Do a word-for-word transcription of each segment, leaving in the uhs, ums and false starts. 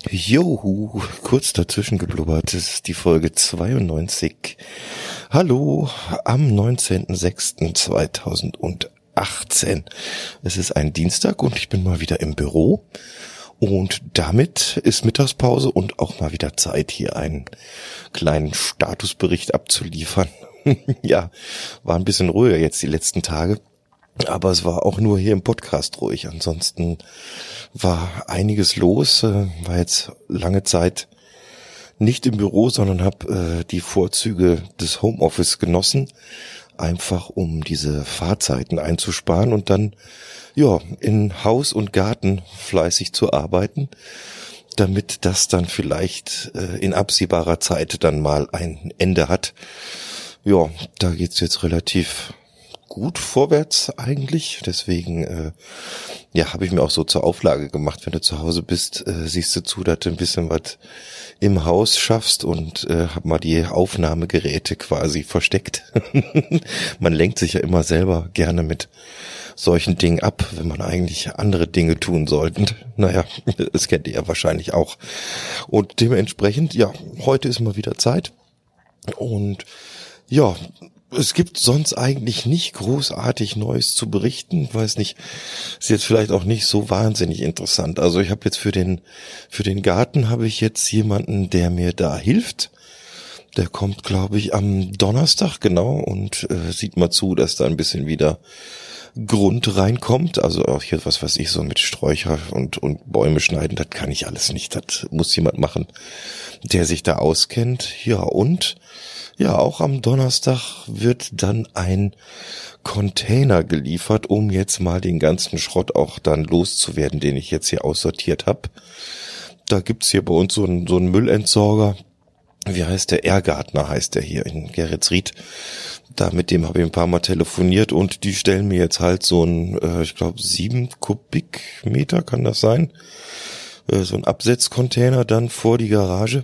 Johu, kurz dazwischen geblubbert, das ist die Folge zweiundneunzig. Hallo, am neunzehnten sechsten zweitausendachtzehn. Es ist ein Dienstag und ich bin mal wieder im Büro. Und damit ist Mittagspause und auch mal wieder Zeit, hier einen kleinen Statusbericht abzuliefern. Ja, war ein bisschen ruhiger jetzt die letzten Tage. Aber es war auch nur hier im Podcast ruhig. Ansonsten war einiges los. War jetzt lange Zeit nicht im Büro, sondern habe äh, die Vorzüge des Homeoffice genossen. Einfach um diese Fahrzeiten einzusparen und dann ja in Haus und Garten fleißig zu arbeiten, damit das dann vielleicht äh, in absehbarer Zeit dann mal ein Ende hat. Ja, da geht's jetzt relativ gut vorwärts eigentlich, deswegen äh, ja habe ich mir auch so zur Auflage gemacht, wenn du zu Hause bist, äh, siehst du zu, dass du ein bisschen was im Haus schaffst und äh, hab mal die Aufnahmegeräte quasi versteckt. Man lenkt sich ja immer selber gerne mit solchen Dingen ab, wenn man eigentlich andere Dinge tun sollte. Naja, das kennt ihr ja wahrscheinlich auch. Und dementsprechend, ja, heute ist mal wieder Zeit und ja, es gibt sonst eigentlich nicht großartig Neues zu berichten. Weiß nicht, ist jetzt vielleicht auch nicht so wahnsinnig interessant. Also ich habe jetzt für den für den Garten habe ich jetzt jemanden, der mir da hilft. Der kommt, glaube ich, am Donnerstag genau und äh, sieht mal zu, dass da ein bisschen wieder Grund reinkommt. Also auch hier was weiß ich so mit Sträucher und und Bäume schneiden, das kann ich alles nicht. Das muss jemand machen, der sich da auskennt. Ja, und ja, auch am Donnerstag wird dann ein Container geliefert, um jetzt mal den ganzen Schrott auch dann loszuwerden, den ich jetzt hier aussortiert habe. Da gibt's hier bei uns so einen, so einen Müllentsorger. Wie heißt der? Ergartner heißt der hier in Geretsried. Da mit dem habe ich ein paar Mal telefoniert und die stellen mir jetzt halt so ein, äh, ich glaube sieben Kubikmeter kann das sein, äh, so ein Absetzcontainer dann vor die Garage.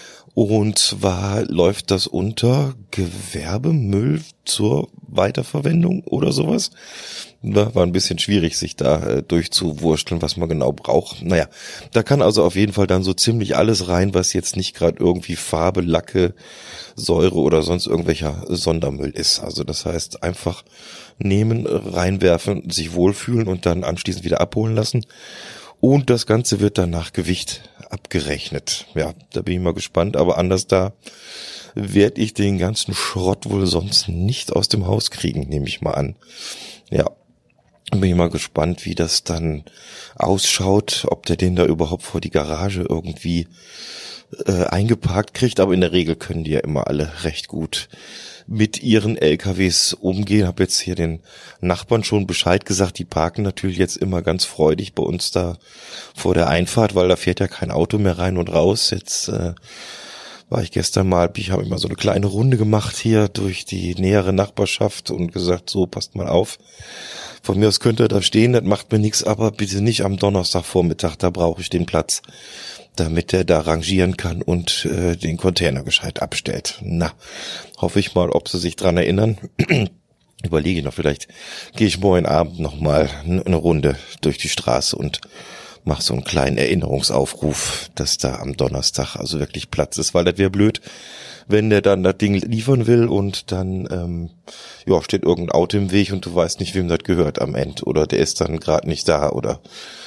Und zwar läuft das unter Gewerbemüll zur Weiterverwendung oder sowas. Da war ein bisschen schwierig, sich da äh, durchzuwursteln, was man genau braucht. Naja, da kann also auf jeden Fall dann so ziemlich alles rein, was jetzt nicht gerade irgendwie Farbe, Lacke, Säure oder sonst irgendwelcher Sondermüll ist. Also das heißt einfach nehmen, reinwerfen, sich wohlfühlen und dann anschließend wieder abholen lassen. Und das Ganze wird dann nach Gewicht abgerechnet. Ja, da bin ich mal gespannt. Aber anders da werde ich den ganzen Schrott wohl sonst nicht aus dem Haus kriegen, nehme ich mal an. Ja, bin ich mal gespannt, wie das dann ausschaut, ob der den da überhaupt vor die Garage irgendwie äh, eingeparkt kriegt. Aber in der Regel können die ja immer alle recht gut mit ihren L K Ws umgehen. Hab jetzt hier den Nachbarn schon Bescheid gesagt, die parken natürlich jetzt immer ganz freudig bei uns da vor der Einfahrt, weil da fährt ja kein Auto mehr rein und raus. Jetzt äh, war ich gestern mal, ich habe immer so eine kleine Runde gemacht hier durch die nähere Nachbarschaft und gesagt, so passt mal auf. Von mir aus könnt ihr da stehen, das macht mir nichts, aber bitte nicht am Donnerstagvormittag, da brauche ich den Platz, damit er da rangieren kann und äh, den Container gescheit abstellt. Na, hoffe ich mal, ob sie sich dran erinnern. Überlege ich noch, vielleicht gehe ich morgen Abend noch mal eine Runde durch die Straße und mache so einen kleinen Erinnerungsaufruf, dass da am Donnerstag also wirklich Platz ist, weil das wäre blöd, wenn der dann das Ding liefern will und dann ähm, ja steht irgendein Auto im Weg und du weißt nicht, wem das gehört am Ende oder der ist dann gerade nicht da oder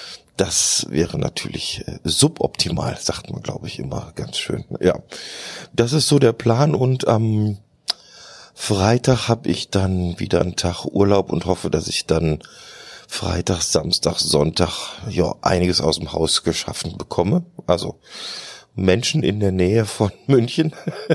das wäre natürlich äh, suboptimal, sagt man, glaube ich, immer ganz schön. Ja, das ist so der Plan und am Freitag habe ich dann wieder einen Tag Urlaub und hoffe, dass ich dann Freitag, Samstag, Sonntag ja einiges aus dem Haus geschaffen bekomme. Also Menschen in der Nähe von München.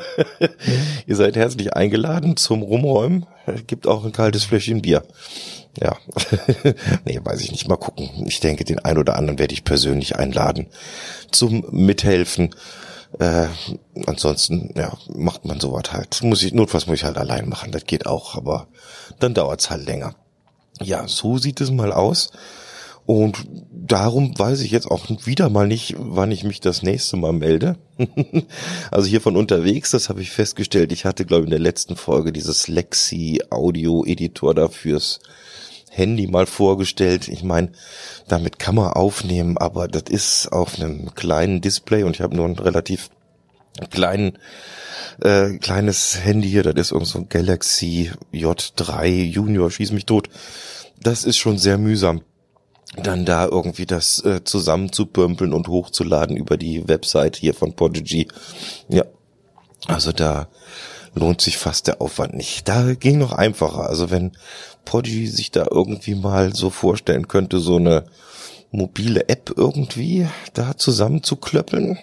Ihr seid herzlich eingeladen zum Rumräumen. Gibt auch ein kaltes Fläschchen Bier. Ja, nee, weiß ich nicht. Mal gucken. Ich denke, den einen oder anderen werde ich persönlich einladen zum Mithelfen. Äh, ansonsten, ja, macht man sowas halt. Muss ich, notfalls muss ich halt allein machen. Das geht auch, aber dann dauert's halt länger. Ja, so sieht es mal aus. Und darum weiß ich jetzt auch wieder mal nicht, wann ich mich das nächste Mal melde. Also hier von unterwegs, das habe ich festgestellt. Ich hatte, glaube ich, in der letzten Folge dieses Lexi Audio Editor da fürs Handy mal vorgestellt. Ich meine, damit kann man aufnehmen, aber das ist auf einem kleinen Display und ich habe nur ein relativ kleinen, äh, kleines Handy hier, das ist irgend so ein Galaxy J drei Junior, schieß mich tot. Das ist schon sehr mühsam, dann da irgendwie das äh, zusammenzupömpeln und hochzuladen über die Website hier von Podigy. Ja, also da lohnt sich fast der Aufwand nicht. Da ging noch einfacher. Also wenn Podigy sich da irgendwie mal so vorstellen könnte, so eine mobile App irgendwie da zusammenzuklöppeln.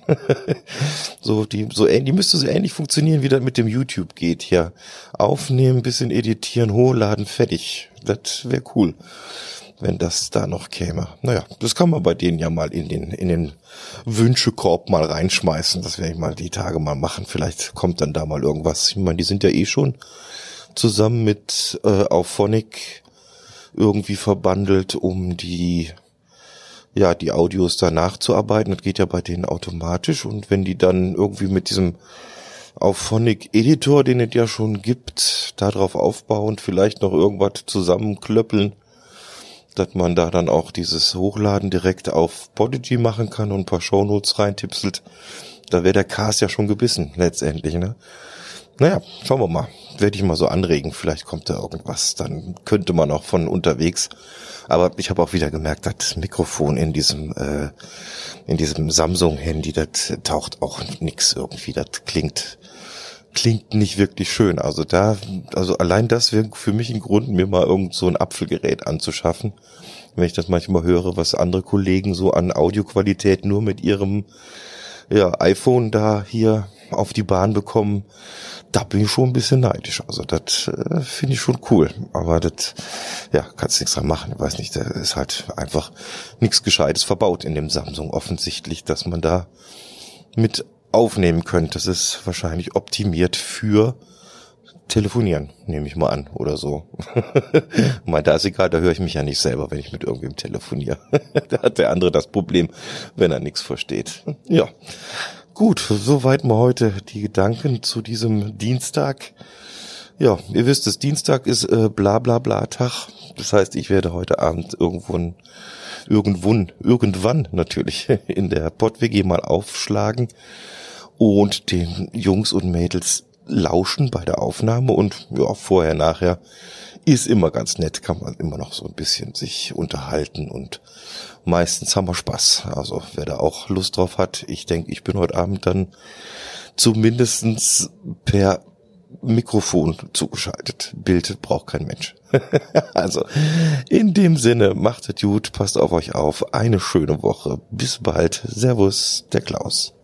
so die so ähnlich, die müsste so ähnlich funktionieren, wie das mit dem YouTube geht. Ja, aufnehmen, bisschen editieren, hochladen, fertig. Das wäre cool, wenn das da noch käme. Naja, das kann man bei denen ja mal in den in den Wünschekorb mal reinschmeißen. Das werde ich mal die Tage mal machen. Vielleicht kommt dann da mal irgendwas. Ich meine, die sind ja eh schon zusammen mit äh, Auphonic irgendwie verbandelt, um die ja die Audios da nachzuarbeiten. Das geht ja bei denen automatisch. Und wenn die dann irgendwie mit diesem Auphonic Editor, den es ja schon gibt, darauf aufbauend vielleicht noch irgendwas zusammenklöppeln, dass man da dann auch dieses Hochladen direkt auf Podigy machen kann und ein paar Shownotes reintipselt. Da wäre der Cast ja schon gebissen, letztendlich, ne? Naja, schauen wir mal. Werde ich mal so anregen. Vielleicht kommt da irgendwas. Dann könnte man auch von unterwegs. Aber ich habe auch wieder gemerkt, das Mikrofon in diesem äh, in diesem Samsung-Handy, das taucht auch nix irgendwie. Das klingt klingt nicht wirklich schön. Also da, also allein das wäre für mich ein Grund, mir mal irgend so ein Apfelgerät anzuschaffen. Wenn ich das manchmal höre, was andere Kollegen so an Audioqualität nur mit ihrem ja, iPhone da hier auf die Bahn bekommen, da bin ich schon ein bisschen neidisch. Also das äh, finde ich schon cool. Aber das, ja, kannst nichts dran machen. Ich weiß nicht, da ist halt einfach nichts Gescheites verbaut in dem Samsung offensichtlich, dass man da mit aufnehmen könnte. Das ist wahrscheinlich optimiert für Telefonieren, nehme ich mal an, oder so. Mal, da ist egal, da höre ich mich ja nicht selber, wenn ich mit irgendwem telefoniere. Da hat der andere das Problem, wenn er nichts versteht. Ja, gut, soweit mal heute die Gedanken zu diesem Dienstag. Ja, ihr wisst es, Dienstag ist äh, bla bla bla Tag. Das heißt, ich werde heute Abend irgendwo irgendwann, irgendwann natürlich in der Pod-W G mal aufschlagen und den Jungs und Mädels lauschen bei der Aufnahme und ja, vorher, nachher ist immer ganz nett, kann man immer noch so ein bisschen sich unterhalten und meistens haben wir Spaß. Also wer da auch Lust drauf hat, ich denke, ich bin heute Abend dann zumindestens per Mikrofon zugeschaltet. Bild braucht kein Mensch. Also in dem Sinne, macht es gut, passt auf euch auf, eine schöne Woche. Bis bald. Servus, der Klaus.